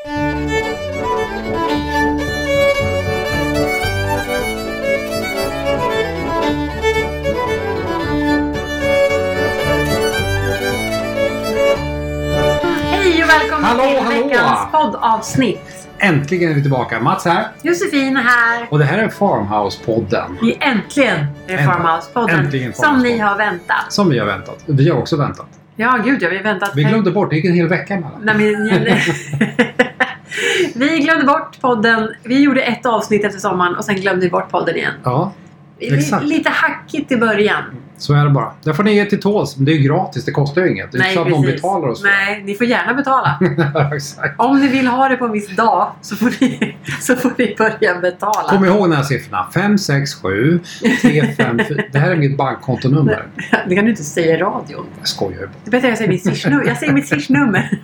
Välkommen till veckans poddavsnitt. Äntligen är vi tillbaka. Mats här. Josefin här. Och det här är Farmhouse-podden. Äntligen är det Farmhouse-podden. Som ni har väntat. Som vi har väntat. Vi har också väntat. Ja, gud, vi har väntat. Vi glömde bort. Det gick en hel vecka mellan. Vi glömde bort podden. Vi gjorde ett avsnitt efter sommaren och sen glömde vi bort podden igen. Ja, exakt. Lite hackigt i början. Så är det bara. Där får ni ge till tåls. Det är ju gratis. Det kostar ju inget. Det är inte så att någon betalar oss. Nej, ni får gärna betala. Exakt. Om ni vill ha det på en viss dag så får ni börja betala. Kom ihåg den här siffrorna. 5, 6, 7, 3, 5, 4. Det här är mitt bankkontonummer. Det kan du inte säga i radion. Jag skojar ju. Det är bättre att jag säger mitt swishnummer. Jag säger mitt swishnummer.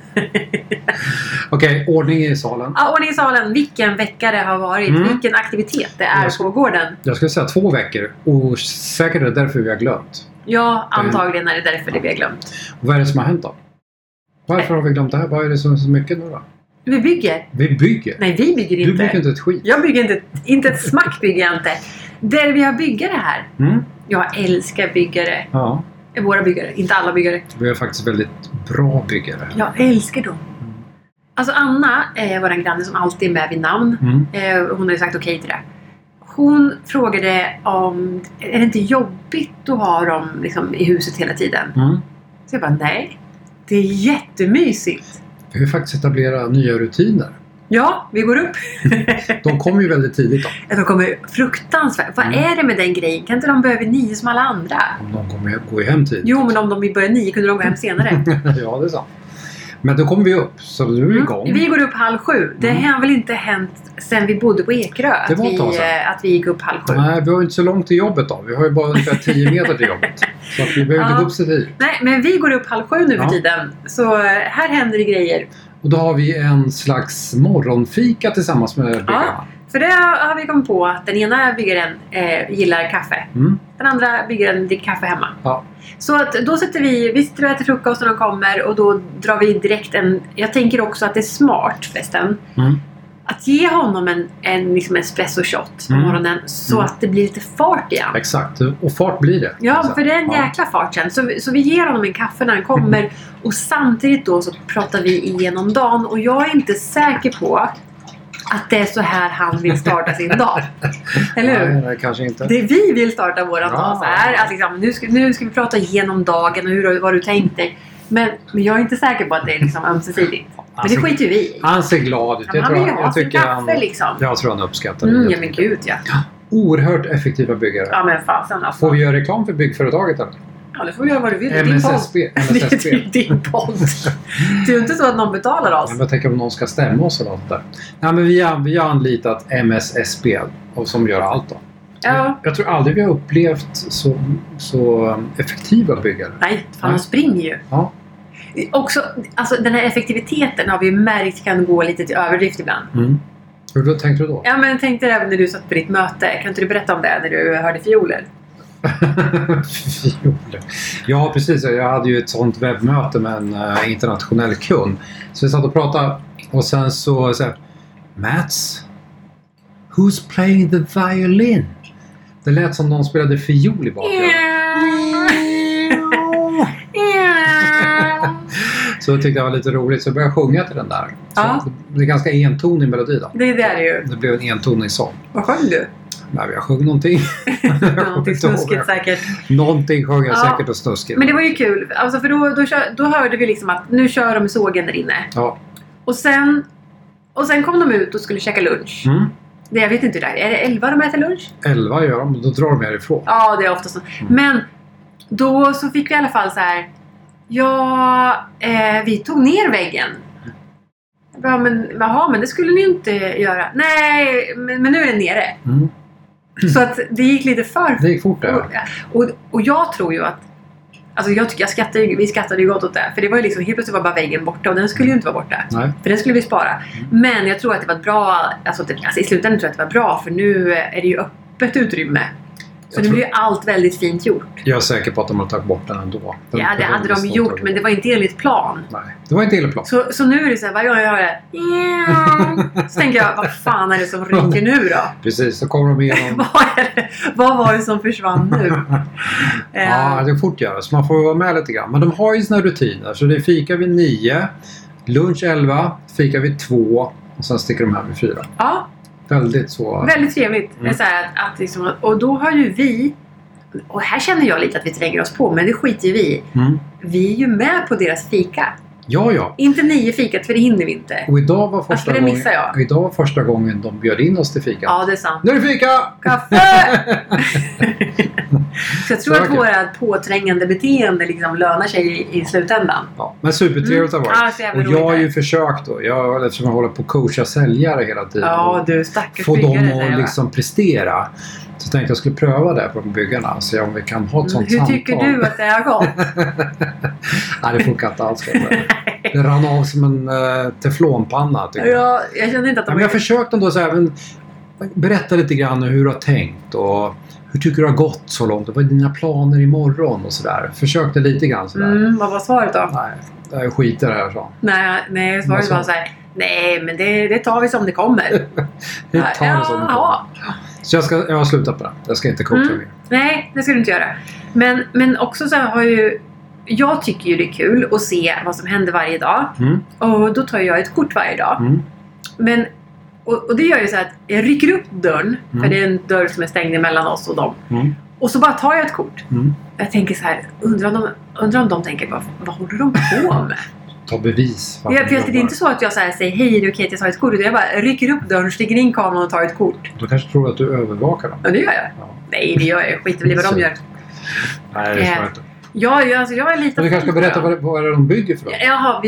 Okej, ordning i salen. Ja, ordning i salen. Vilken vecka det har varit. Vilken aktivitet det är på gården. Jag skulle säga 2 veckor. Och säkert är det därför vi har glömt. Ja, antagligen är det därför det vi har glömt. Och vad är det som har hänt då? Varför har vi glömt det här? Vad är det som är så mycket nu då? Vi bygger. Vi bygger? Nej, vi bygger inte. Du bygger inte ett skit. Jag bygger inte ett smack bygger jag inte. Där vi har byggare här. Jag älskar byggare. Ja. Våra byggare, inte alla byggare. Vi är faktiskt väldigt bra byggare. Jag älskar dem. Alltså Anna är vår granne som alltid är med vid namn. Hon har ju sagt okej till det. Hon frågade om är det inte jobbigt att ha dem liksom, i huset hela tiden? Så jag bara nej. Det är jättemysigt. Vi har ju faktiskt etablerat nya rutiner. Ja, vi går upp. De kommer ju väldigt tidigt då. De kommer fruktansvärt. Vad är det med den grejen? Kan inte de börja vid 9 som alla andra? Om de kommer gå hem tidigt. Jo, men om de vill börja 9 kunde de gå hem senare. Ja, det är sant. Men då kommer vi upp, så nu är vi igång. Vi går upp 6:30. Det har väl inte hänt sen vi bodde på Ekerö att vi gick upp 6:30. Nej, vi har ju inte så långt till jobbet då. Vi har ju bara ungefär 10 meter till jobbet. Så att vi behöver inte gå upp så tidigt. Nej, men vi går upp 6:30 nu för tiden. Så här händer det grejer. Och då har vi en slags morgonfika tillsammans med byggarna. Ja, för det har vi kommit på att den ena byggaren gillar kaffe. Den andra byggaren dricker kaffe hemma. Ja. Så att då sitter vi och äter frukost när de kommer och då drar vi direkt jag tänker också att det är smart förresten. Att ge honom en liksom espresso shot på morgonen så att det blir lite fart igen. Exakt, och fart blir det. Ja, för det är en jäkla fart sen. Så vi ger honom en kaffe när han kommer och samtidigt då så pratar vi igenom dagen och jag är inte säker på att det är så här han vill starta sin dag. Eller hur? Nej, kanske inte. Det vi vill starta våran dag så här. Att liksom, nu ska vi prata igenom dagen och vad du tänkte. Men jag är inte säker på att det är liksom ömsesidigt. Men det skiter ju vi i. Han ser glad ut. Han vill ju ha sin kaffe liksom. Jag tror han uppskattar det. Ja men gud ja. Oerhört effektiva byggare. Ja men fasen alltså. Får vi göra reklam för byggföretaget eller? Ja, det får vi göra vad du vill. MSSB. Det är din podd. Det är ju inte så att någon betalar oss. Jag tänker om någon ska stämma oss eller något där. Nej, men vi har anlitat MSSB och som gör allt då. Ja. Jag tror aldrig vi har upplevt så effektiva byggare. Nej, fan de springer ju. Ja. Också, alltså den här effektiviteten har vi märkt kan gå lite till överdrift ibland. Hur då tänkte du då? Ja, men tänkte det när du satt på ditt möte. Kan inte du berätta om det när du hörde fioler? Fioler. Ja, precis. Jag hade ju ett sånt webbmöte med en internationell kund. Så vi satt och pratade och sen så Mats, who's playing the violin? Det lät som någon spelade fiol i bakgrunden. Så jag tyckte det var lite roligt så jag började sjunga till den där. Så det är ganska entonig melodi då. Det är det ju. Det blev en entonig sång. Vad sjöng du? Nej, jag sjöng någonting. Någonting snuskigt säkert. Någonting sjöng jag säkert och snuskigt. Men det var ju kul. Alltså, för då hörde vi liksom att nu kör de sågen där inne. Ja. Och sen kom de ut och skulle käka lunch. Jag vet inte hur det är. Är det 11 de äter lunch? 11 gör de. Då drar de härifrån. Ja, det är ofta så. Men då så fick vi i alla fall så här. Ja, vi tog ner väggen. Ja, men det skulle ni inte göra. Nej, men nu är den nere. Så att det gick lite för... Det gick fort där. Och jag tror ju att... Alltså vi skattade ju gott åt det. För det var ju liksom helt plötsligt var bara väggen borta. Och den skulle ju inte vara borta. Nej. För den skulle vi spara. Men jag tror att det var ett bra... Alltså i slutändan tror jag att det var bra. För nu är det ju öppet utrymme. Så nu blir ju allt väldigt fint gjort. Jag är säker på att de har tagit bort den ändå. Ja, det hade de gjort, men det var inte enligt plan. Nej, det var inte enligt plan. Så nu är det så här, varje gång jag hör det, så tänker jag, vad fan är det som ryker nu då? Precis, så kommer de igenom. Vad var det som försvann nu? Ja, det är fort göra. Så man får vara med lite grann. Men de har ju sina rutiner. Så det är fika vid 9, lunch 11, fika vid 2 och sen sticker de hem vid 4. Ja. Väldigt så. Väldigt trevligt. Det är så här att liksom, och då har ju vi, och här känner jag lite att vi tränger oss på, men det skiter ju vi i. Vi är ju med på deras fika. Ja. Inte 9 fikat, för det hinner vi inte. Och idag var första det missar jag. Idag var första gången de bjöd in oss till fika. Ja, det är sant. Nu är det fika! Kaffe! Så jag tror att våra påträngande beteende liksom lönar sig i slutändan. Ja, men supertrevligt har varit. Ja, och jag har ju försökt då. Eftersom jag håller på att coacha säljare hela tiden. Ja, du stackars få byggare. Få dem att liksom prestera. Så tänkte jag skulle pröva det på byggarna. Och se om vi kan ha ett sånt samtal. Hur tycker du att det har gått? Nej, det funkar inte alls. Det rann av som en teflonpanna. Ja, jag känner inte att de... Men jag försökte ändå så här, men berätta lite grann hur du har tänkt. Och hur tycker du har gått så långt? Och vad är dina planer imorgon? Och sådär. Försökte lite grann sådär. Vad var svaret då? Nej, jag skiter det här så. Nej, svaret var så här. Nej, men det tar vi som det kommer. Det tar det som det kommer. Så jag har slutat på det. Jag ska inte coacha mer. Nej, det ska du inte göra. Men också så har ju... Jag tycker ju det är kul att se vad som händer varje dag. Och då tar jag ett kort varje dag. Men, och det gör ju så att jag rycker upp dörren. För det är en dörr som är stängd mellan oss och dem. Och så bara tar jag ett kort. Jag tänker så här, undrar om de tänker, vad håller de på med? Ta bevis. Det är inte så att jag så här säger, hej, är det okej att jag tar ett kort? Utan jag bara rycker upp dörren, sticker in kameran och tar ett kort. Du kanske tror att du övervakar dem. Ja, det gör jag. Ja. Nej, det gör jag. Skiter väl i vad de gör. Nej, det är inte. Jag är lite... Men du kanske ska berätta vad är det de bygger för? Jaha,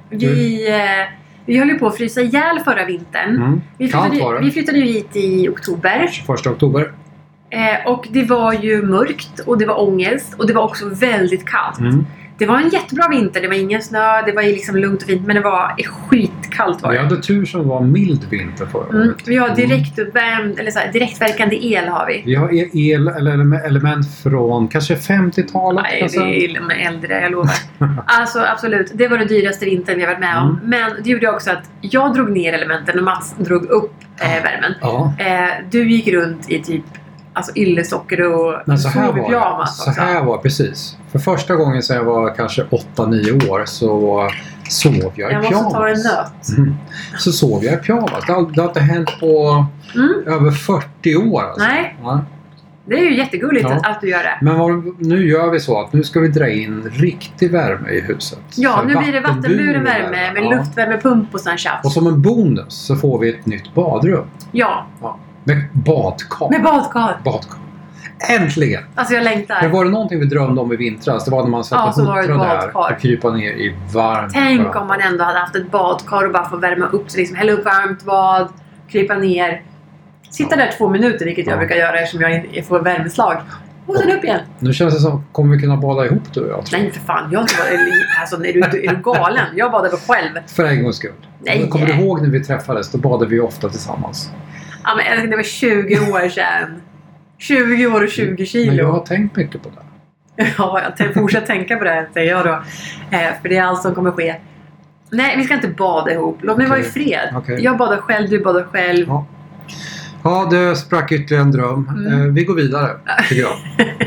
vi höll ju på att frysa ihjäl förra vintern. Vi flyttade ju hit i oktober. 21 oktober. Och det var ju mörkt och det var ångest och det var också väldigt kallt. Det var en jättebra vinter, det var ingen snö, det var liksom lugnt och fint, men det var skitkallt var det. Vi hade tur som det var mild vinter förra året. Vi har direktuppvärmd, eller så här, direktverkande el har vi. Vi har element från kanske 50-talet. Nej, det är äldre, jag lovar. Alltså absolut, det var det dyraste vintern vi har varit med om. Men det gjorde också att jag drog ner elementen och Mats drog upp värmen. Du gick runt i typ yllesocker och sov i pyjamas också. Så här var precis. För första gången sedan jag var kanske 8-9 år så sov jag i pyjamas. Jag måste ta en nöt. Så sov jag i pyjamas. Det har inte hänt på över 40 år. Alltså. Nej. Ja. Det är ju jättegulligt att du gör det. Men nu gör vi så att nu ska vi dra in riktig värme i huset. Ja, nu blir det vattenburen värme med luftvärmepump och sån tjafs. Och som en bonus så får vi ett nytt badrum. Ja. Med badkar. Badkar. Äntligen! Alltså jag längtar. Men var det någonting vi drömde om i vintras? Det var när man satt och där och krypa ner i varmt. Tänk om man ändå hade haft ett badkar och bara få värma upp sig. Liksom, hälla upp varmt bad, krypa ner. Sitta där 2 minuter, vilket jag brukar göra eftersom jag får värmeslag. Och sen upp igen. Nu känns det som, kommer vi kunna bada ihop du och jag? Nej för fan, är du galen? Jag badar väl själv. För en gångs skull. Nej. Kommer du ihåg när vi träffades? Då badade vi ofta tillsammans. Ja men det var 20 år sedan. 20 år och 20 kilo. Men jag har tänkt mycket på det. Ja, jag fortsätter tänka på det, säger jag då. För det är allt som kommer ske. Nej, vi ska inte bada ihop. Låt mig vara i fred. Jag badar själv, du badar själv. Ja, det sprack ytterligare en dröm. Vi går vidare, tycker jag.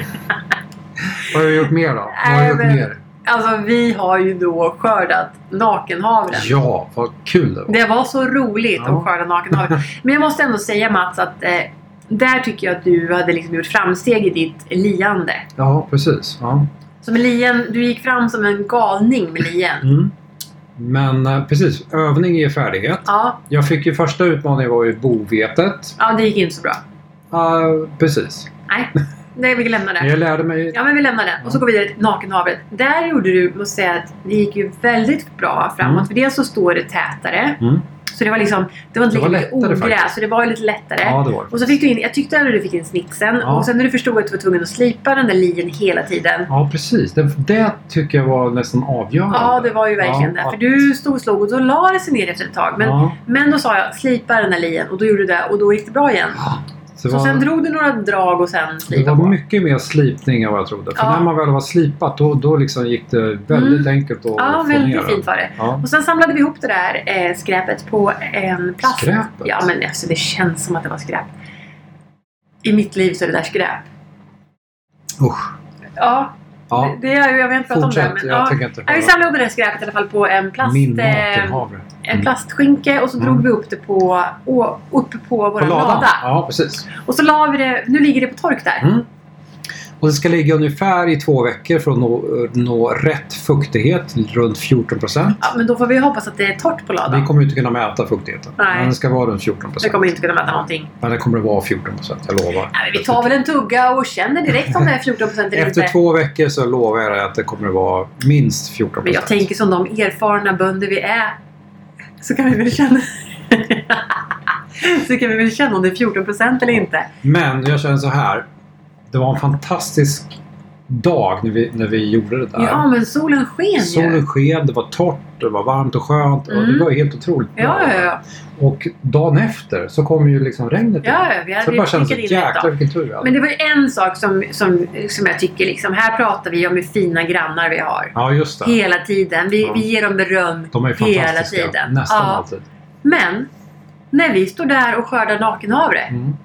Vad har du gjort mer då? Alltså, vi har ju då skördat nakenhavren. Ja, vad kul det var. Det var så roligt att skörda nakenhavren. Men jag måste ändå säga, Mats, att där tycker jag att du hade liksom gjort framsteg i ditt liande. Ja, precis. Ja. Så med lien, du gick fram som en galning med lien. Men precis, övning ger färdighet. Ja. Jag fick ju första utmaningen var ju bovetet. Ja, det gick inte så bra. Ja, precis. Nej, vi lämnar det. Jag lärde mig... Ja, men vi lämnar det. Och så går vi vidare till nakenhavret. Där gjorde du, måste säga att det gick ju väldigt bra framåt. För dels så står det tätare. Så det var liksom, det var inte lika mycket ogräs. Så det var lite lättare. Ja, det var det. Och så fick du in, jag tyckte att du fick in snitsen. Ja. Och sen när du förstod att du var tvungen att slipa den där lien hela tiden. Ja, precis. Det tycker jag var nästan avgörande. Ja, det var ju verkligen det. För du stod och slog och då la det sig ner efter ett tag. Men då sa jag, slipa den där lien. Och då gjorde du det och då gick det bra igen. Så sen drog du några drag och sen slipa på? Det var mycket mer slipning än vad jag trodde. För när man väl var slipat då liksom gick det väldigt enkelt att få ner. Väldigt fint var det. Ja. Och sen samlade vi ihop det där skräpet på en plast. Skräpet? Ja, men alltså, det känns som att det var skräp. I mitt liv så är det där skräp. Usch. Ja. Ja. Det är ju, jag vet inte prata om det. Men, jag tänker inte vi samlade upp det där skräpet i alla fall på en plast. En plastskynke och så drog vi upp det uppe på vår låda. Ja, precis. Och så la vi det, nu ligger det på tork där. Och det ska ligga ungefär i 2 veckor för att nå rätt fuktighet, runt 14%. Ja, men då får vi hoppas att det är torrt på ladan. Vi kommer inte kunna mäta fuktigheten. Nej. Men det ska vara runt 14%. Det kommer inte kunna mäta någonting. Men det kommer att vara 14%, jag lovar. Nej, vi tar väl en tugga och känner direkt om det är 14% eller Efter inte. 2 veckor så lovar jag att det kommer att vara minst 14%. Men jag tänker som de erfarna bönder vi är. Så kan vi väl känna... så kan vi väl känna om det är 14% eller inte. Men jag känner så här. Det var en fantastisk dag när vi gjorde det där. Ja, men solen sken. Solen sken, det var torrt, det var varmt och skönt. Och det var helt otroligt bra. Ja. Och dagen efter så kom ju liksom regnet. Ja, vi hade så bara kändes det jäklar vilken tur vi hade. Men det var ju en sak som jag tycker liksom. Här pratar vi om hur fina grannar vi har. Ja, just det. Hela tiden. Vi ger dem beröm de är hela tiden. Nästan alltid. Men när vi står där och skördar nakenhavre.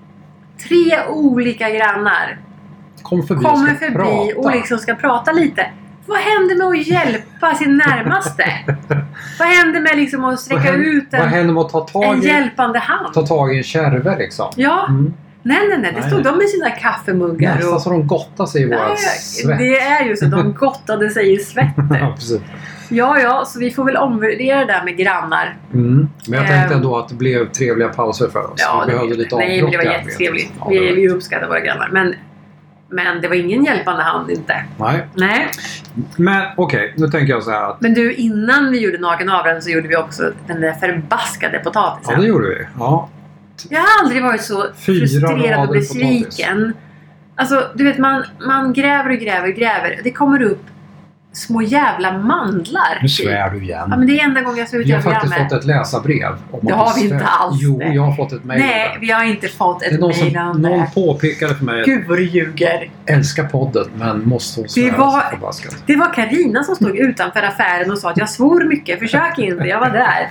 3 olika grannar kommer förbi och liksom ska prata lite. Vad händer med att hjälpa sin närmaste? Vad händer med liksom att sträcka ut vad händer med att en hjälpande hand? Ta tag i en kärve liksom. Ja. Nej. Det stod de med sina kaffemuggar. Nästan så de gottade sig i våra svett. Det är ju så. De gottade sig i svettet. Ja, precis. Ja, så vi får väl omvärdera det där med grannar. Men jag tänkte ändå att det blev trevliga pauser för oss. Ja, vi behövde lite avbrott. Nej, men det var jättetrevligt. Ja, vi uppskattar våra grannar. Men det var ingen hjälpande hand inte. Nej. Men okej, nu tänker jag så här att... Men du, innan vi gjorde nakenhavren så gjorde vi också den där förbaskade potatisen. Ja, det gjorde vi. Ja. Jag har aldrig varit så frustrerad och besviken. Alltså, du vet, man gräver och gräver. Det kommer upp små jävla mandlar. Nu svär du igen. Ja, men det är enda gången jag ser ut. Vi har faktiskt fått ett läsarbrev. Det har vi inte alls. Jo, jag har fått ett mejl. Nej, vi har inte fått ett mejl om det. Någon påpekade för mig. Gud vad du ljuger. Älskar podden, men måste hon svära så förbaskat. Det var Carina som stod utanför affären och sa att jag svor mycket. Försök inte, jag var där.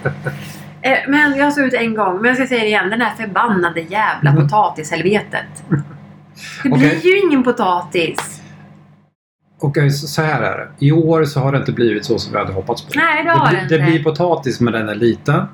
Men jag såg ut en gång. Men jag ska säga det igen. Den här förbannade jävla potatishelvetet. Det blir ju ingen potatis. Okej, så här är det. I år så har det inte blivit så som vi hade hoppats på. Nej, det har det inte. Det blir potatis, men den är liten.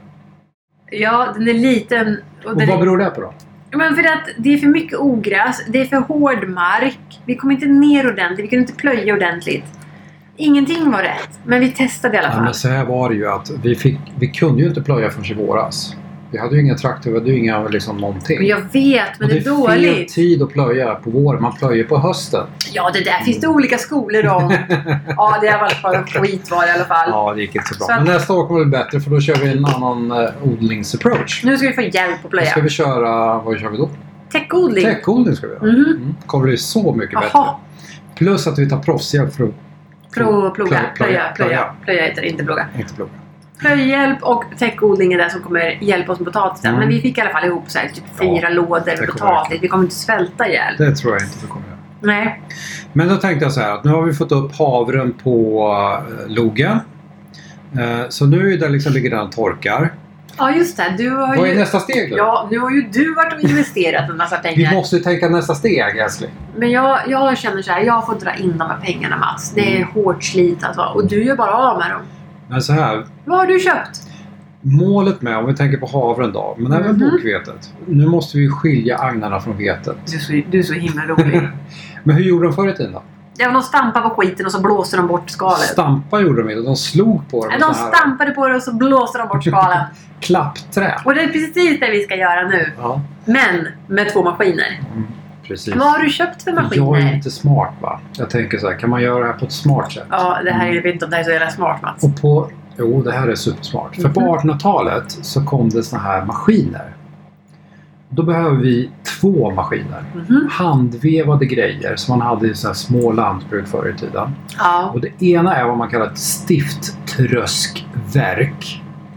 Ja, den är liten. Och vad beror det på då? Men för att det är för mycket ogräs. Det är för hård mark. Vi kom inte ner ordentligt. Vi kunde inte plöja ordentligt. Ingenting var rätt. Men vi testade i alla fall. Ja, men så här var det ju att vi kunde ju inte plöja förrän i våras. Vi hade ju ingen traktor, vi hade ju inga liksom någonting. Men jag vet, men det är dåligt. Det är fel tid att plöja på våren. Man plöjer på hösten. Ja, det där finns det olika skolor om. Ja, det har varit bara skit var i alla fall. Ja, det gick inte så bra. Men nästa år kommer det bli bättre för då kör vi en annan odlingsapproach. Nu ska vi få hjälp att plöja. Ska vi köra, vad kör vi då? Täckodling. Täckodling ska vi göra. Kommer bli så mycket bättre. Plus att vi tar proffshjälp för att plöja heter det, inte ploga. Inte ploga. Plöjhjälp och täckodling är det som kommer hjälpa oss med potatisen. Men vi fick i alla fall ihop så här, typ 4 lådor med potatis. Vi kommer inte svälta ihjäl. Det tror jag inte vi kommer göra. Nej. Men då tänkte jag så här att nu har vi fått upp havren på logen. Så nu där liksom ligger den och torkar. Ja, just det. Du har vad är nästa steg då? Ja, nu har ju du varit och investerat en massa pengar. Vi måste ju tänka nästa steg, älskling. Men jag känner så här, jag får dra in de här pengarna, Mats. Det är hårt slit alltså. Och du gör bara av med dem. Men så här. Vad har du köpt? Målet med, om vi tänker på havren då, men även bokvetet. Nu måste vi skilja agnarna från vetet. Du är så himla rolig. Men hur gjorde de förr i tiden då? Ja, de stampade på skiten och så blåste de bort skalet. Stampa gjorde de inte, de slog på dem. De stampade på det och så blåste de bort skalen. Klappträ. Och det är precis det vi ska göra nu. Ja. Men med 2 maskiner. Precis. Vad har du köpt för maskiner? Jag är inte smart, va? Jag tänker så här, kan man göra det här på ett smart sätt? Ja, det här är inte om det här är så jävla smart, Mats. Och jo, det här är supersmart. För på 1800-talet så kom det såna här maskiner. Då behöver vi 2 maskiner. Handvevade grejer som man hade i såna här små lantbruk förr i tiden. Ja. Och det ena är vad man kallar ett stifttröskverk.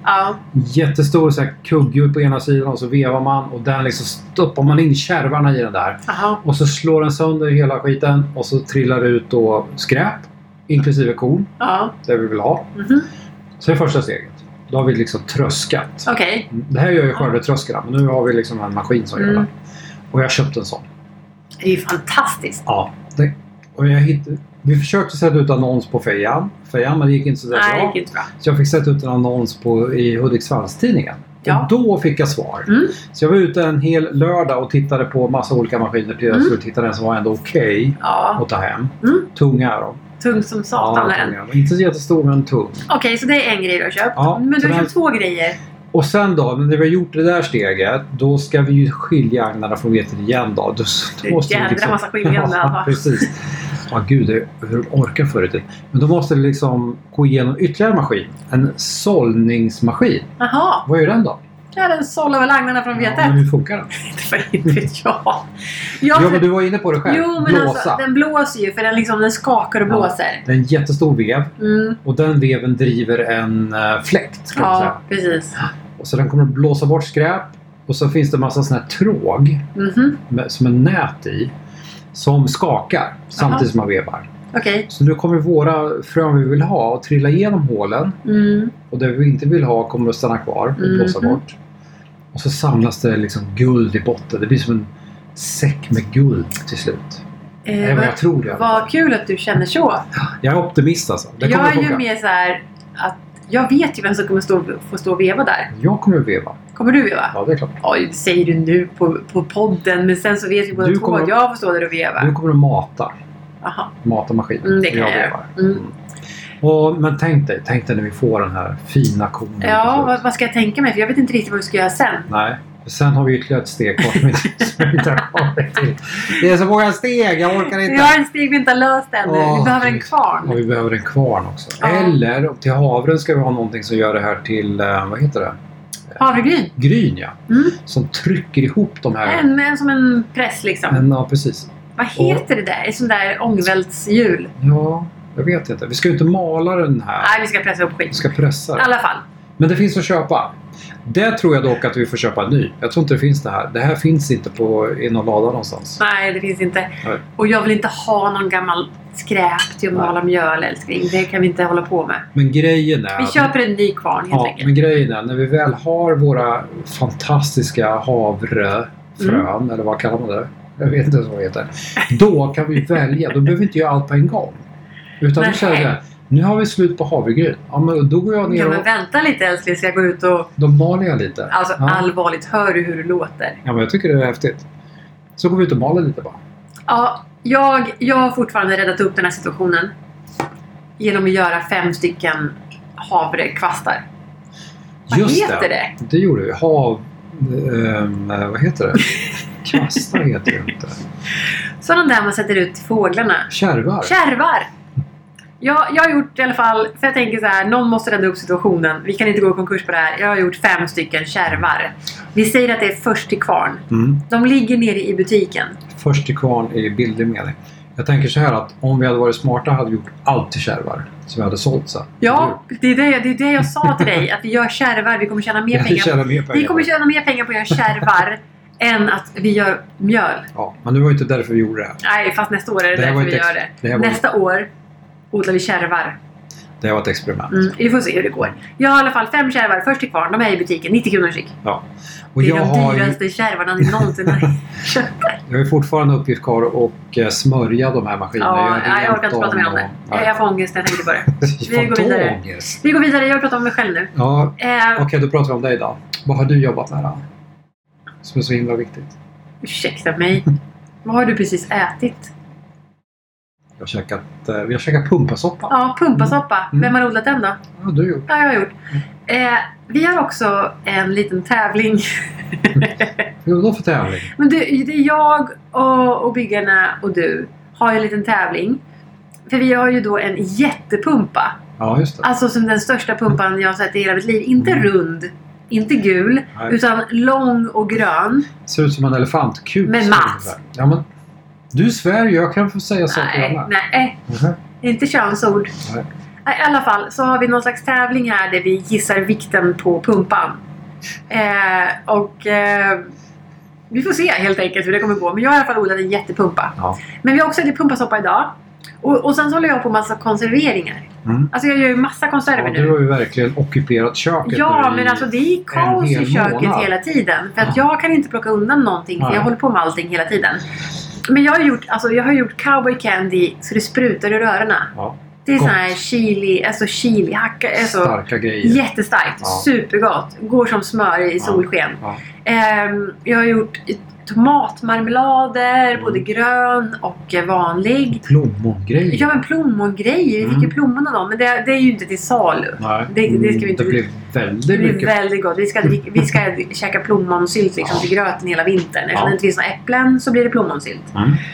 Ja. Jättestor så här, kugghjul på ena sidan och så vevar man och den liksom stoppar man in kärvarna i den där. Aha. Och så slår den sönder hela skiten och så trillar det ut då skräp, inklusive korn. Ja. Det vi vill ha. Så det är första steget. Då har vi liksom tröskat. Okej. Det här gör ju skördetröskorna, men nu har vi liksom en maskin som gör det. Och jag köpte en sån. Det är ju fantastiskt. Ja. Och vi försökte sätta ut annons på Fejan, men det gick inte så bra. Nej, det gick inte bra. Så jag fick sätta ut en annons i Hudiksvallstidningen. Ja. Och då fick jag svar. Så jag var ute en hel lördag och tittade på massa olika maskiner till jag skulle titta den som var ändå okej att ta hem. Tunga då. Tung som satan är den. Inte så jättestor men tung. Okej, så det är en grej du har köpt. Ja, men du har köpt 2 grejer. Och sen då, när vi har gjort det där steget, då ska vi ju skilja agnarna från vetet igen då. Då måste jädra liksom, massa skiljande. Ja, precis. Gud, hur orkar förut. Men då måste det liksom gå igenom ytterligare maskin. En sållningsmaskin. Jaha. Vad är den då? Ja, den sållar väl agnarna från vetet. Men hur funkar den? Inte vet jag. Ja, men du var inne på det själv. Jo, men alltså, den blåser ju för den skakar och blåser. Det är en jättestor vev. Och den veven driver en fläkt. Ska man säga. Precis. Och så den kommer att blåsa bort skräp. Och så finns det massa sån här tråg som är nät i. Som skakar samtidigt som man vevar. Okay. Så nu kommer våra frön vi vill ha att trilla igenom hålen. Och det vi inte vill ha kommer att stanna kvar och blåsa bort. Och så samlas det liksom guld i botten. Det blir som en säck med guld till slut. Jag tror det. Vad kul att du känner så. Jag är optimist alltså. Jag är ju mer så här att jag vet ju vem som kommer få stå och veva där. Jag kommer att veva. Kommer du veva? Ja, det är klart. Oj, det säger du nu på podden. Men sen så vet vi båda två att jag får stå där och veva. Du kommer att mata. Aha. Mata maskinen. Det kan jag göra. Men tänk dig när vi får den här fina konen. Ja, vad ska jag tänka mig? För jag vet inte riktigt vad vi ska göra sen. Nej. Sen har vi ytterligare ett steg kvar som vi inte har kommit till. Det är så många steg, jag orkar inte. Vi har en steg vi inte har löst ännu. Vi behöver en kvarn. Ja, vi behöver en kvarn också. Eller till havren ska vi ha någonting som gör det här till, vad heter det? Havregryn. Gryn, ja. Som trycker ihop de här. Som en press liksom. Ja, precis. Vad heter det där? Ett sånt där ångvältshjul. Ja, jag vet inte. Vi ska ju inte mala den här. Nej, vi ska pressa upp skit. Vi ska pressa. I alla fall. Men det finns att köpa. Det tror jag dock att vi får köpa en ny. Jag tror inte det finns det här. Det här finns inte i någon lada någonstans. Nej, det finns inte. Nej. Och jag vill inte ha någon gammal skräp till att mala mjöl, älskling. Det kan vi inte hålla på med. Men grejen är... Vi köper en ny kvarn helt enkelt. Men grejen är, när vi väl har våra fantastiska havrefrön, eller vad kallar man det? Jag vet inte vad det heter. Då kan vi välja. Då behöver vi inte göra allt på en gång. Utan då säger jag, nu har vi slut på havregryn. Ja, men då går jag ner men vänta lite älskling, ska jag gå ut och... Då maler jag lite. Alltså allvarligt, hör du hur det låter? Ja, men jag tycker det är häftigt. Så går vi ut och maler lite bara. Ja, jag har fortfarande räddat upp den här situationen. Genom att göra 5 stycken havrekvastar. Vad heter det? Det gjorde vi. Vad heter det? Kvastar heter det inte. Sådana där man sätter ut till fåglarna. Kärvar. Ja, jag har gjort i alla fall, för jag tänker så här, någon måste rädda upp situationen. Vi kan inte gå i konkurs på det här. Jag har gjort 5 stycken kärvar. Vi säger att det är först till kvarn. De ligger nere i butiken. Först till kvarn i bildlig mening. Jag tänker så här att om vi hade varit smarta hade vi gjort allt till kärvar. Som vi hade sålt sen. Ja, det är det jag sa till dig. Att vi gör kärvar, vi kommer tjäna mer pengar. Vi kommer tjäna mer pengar på att göra kärvar än att vi gör mjöl. Ja, men det var ju inte därför vi gjorde det här. Nej, fast nästa år är det därför vi gör det. Nästa år odlar vi kärvar. Det var ett experiment. Vi får se hur det går. Jag har i alla fall 5 kärvar. Först till kvarn. De är i butiken. 90 kronor styck. Ja. Och det är de dyraste kärvarna ni någonsin har köpt. Jag är fortfarande uppgift kvar och smörja de här maskinerna. Ja, jag orkar inte prata mer om det. Jag får ångest när jag tänker på det. Vi går vidare. Jag pratar om mig själv nu. Ja. Okej, då pratar vi om dig då. Vad har du jobbat med då? Som är så himla viktigt. Ursäkta mig. Vad har du precis ätit? Vi har käkat pumpasoppa. Ja, pumpasoppa. Vem har odlat den då? Ja, du har gjort. Ja, jag har gjort. Vi har också en liten tävling. Vad då för tävling? Men det är jag och byggarna och du har en liten tävling. För vi har ju då en jättepumpa. Ja, just det. Alltså som den största pumpan jag har sett i hela mitt liv. Inte rund, inte gul, utan lång och grön. Ser ut som en elefantkuk. Med matt. Ja, men du svär ju, jag kan få säga saker. Nej, inte könsord. Nej. I alla fall så har vi någon slags tävling här där vi gissar vikten på pumpan. Vi får se helt enkelt hur det kommer gå. Men jag har i alla fall odlat en jättepumpa. Ja. Men vi har också en pumpasoppa idag. Och sen så håller jag på massa konserveringar. Alltså jag gör ju massa konserver nu. Du har ju verkligen ockuperat köket. Ja, men alltså det är kaos i köket hela tiden. För att jag kan inte plocka undan någonting. För jag håller på med allting hela tiden. Men jag har gjort cowboy candy så det sprutar i rörorna. Ja. Det är sån här chili hacka. Starka grejer. Jättestarkt. Supergott. Går som smör i solsken. Ja. Jag har gjort tomatmarmelader, både grön och vanlig. Plommongrejer. Ja, men plommongrejer. Vi fick ju plommon av dem. Men det är ju inte till salu. Nej. Det ska vi inte. Det blir väldigt mycket. Det blir väldigt gott. Vi ska käka plommonsylt liksom till gröten hela vintern. Eftersom det inte finns några äpplen så blir det plommonsylt.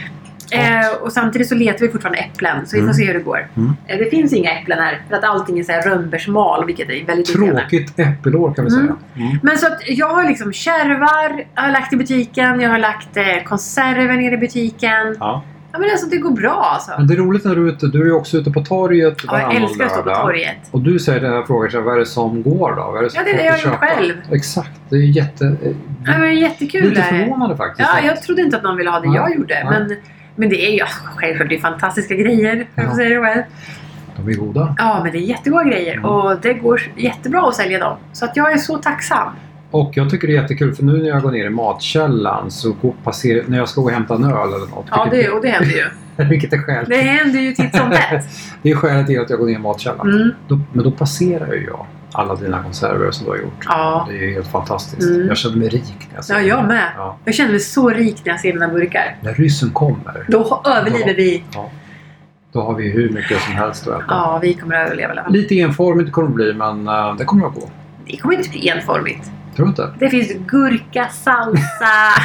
Och samtidigt så letar vi fortfarande äpplen. Så vi får se hur det går. Det finns inga äpplen här. För att allting är så här rönnbärsmal. Vilket är väldigt tråkigt äppelår kan vi säga. Men så att jag har liksom kärvar. Jag har lagt i butiken. Jag har lagt konserver ner i butiken. Ja. Ja, men alltså det går bra alltså. Men det är roligt när du är ute. Du är ju också ute på torget. Ja, jag älskar att stå på torget. Och du säger den här frågan, vad är det som går då? Vad är det som det har jag gjort själv. Exakt, det är jättekul. Lite förvånande faktiskt. Ja, jag trodde inte att någon ville ha det jag gjorde. Men det är ju självklart, det är fantastiska grejer. Jag får säga det själv. De är goda. Ja, men det är jättegoda grejer. Och det går jättebra att sälja dem. Så att jag är så tacksam. Och jag tycker det är jättekul för nu när jag går ner i matkällan så när jag ska gå och hämta en öl eller något. Ja, det händer ju. Vilket är skälet. Det händer ju titt som tätt. Det är skälet till att jag går ner i matkällan. Men då passerar ju jag alla dina konserver som du har gjort. Ja. Det är helt fantastiskt. Jag känner mig rik när jag ser det. Ja, jag med. Ja. Jag känner mig så rik när jag ser dina burkar. När ryssen kommer. Då överlever vi. Ja. Då har vi hur mycket som helst att äta. Ja, vi kommer att överleva i alla fall. Lite enformigt kommer det bli, men det kommer att gå. Det kommer inte bli enformigt. Tror du inte? Det finns gurka, salsa,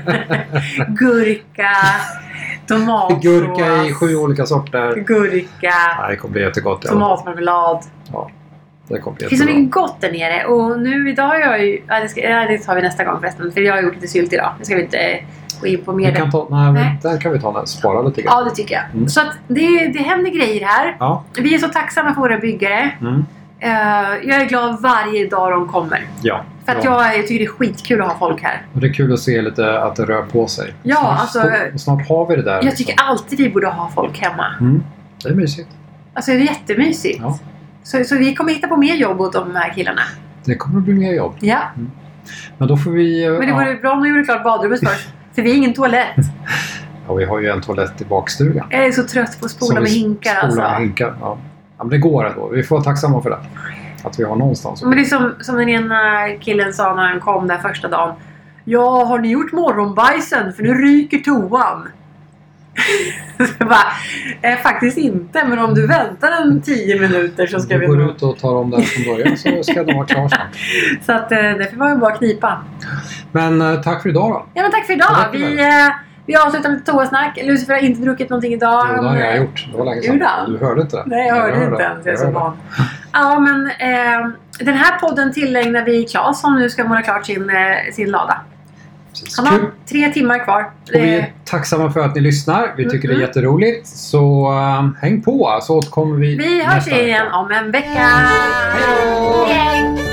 gurka, tomatsås. Gurka i 7 olika sorter. Gurka. Ja, det kommer bli jättegott. Tomatmarmelad. Ja, det kommer bli jättebra. Det finns så mycket gott där nere. Och nu idag har jag ju... det tar vi nästa gång förresten. För jag har gjort lite sylt idag. Det ska vi inte gå in på mer. Där kan vi spara lite grann. Ja, det tycker jag. Så att det händer grejer här. Ja. Vi är så tacksamma för våra byggare. Jag är glad varje dag de kommer. Ja. För att jag tycker det är skitkul att ha folk här. Och det är kul att se lite att det rör på sig. Ja, snart har vi det där. Jag tycker alltid vi borde ha folk hemma. Det är mysigt. Alltså det är jättemysigt. Ja. Så vi kommer hitta på mer jobb åt de här killarna. Det kommer att bli mer jobb. Ja. Men då får vi... Men det vore bra om de gjorde klart badrummet först. För vi har ingen toalett. Ja, vi har ju en toalett i bakstugan. Jag är så trött på att spola med hinkar. Ja, men det går ändå. Vi får vara tacksamma för det. Att vi har någonstans. Men det är som den ena killen sa när han kom där första dagen. Ja, har ni gjort morgonbajsen? För nu ryker toan. Faktiskt inte. Men om du väntar en 10 minuter så ska vi... går ut och tar om den från början så ska den vara klar sen. Så att därför var det bara knipa. Men tack för idag då. Ja, men tack för idag. Vi avslutar med toasnack. Lucifer har inte druckit någonting idag. Jo, det har jag gjort. Det var länge sedan. Du hörde inte det? Nej, jag hörde inte ens. Jag är så van. Ja, men den här podden tillägnar vi Claes som nu ska måla klart sin lada. Precis. Han har 3 timmar kvar. Och vi är tacksamma för att ni lyssnar. Vi tycker det är jätteroligt. Så häng på så återkommer vi. Vi hörs igen om en vecka. Hej då!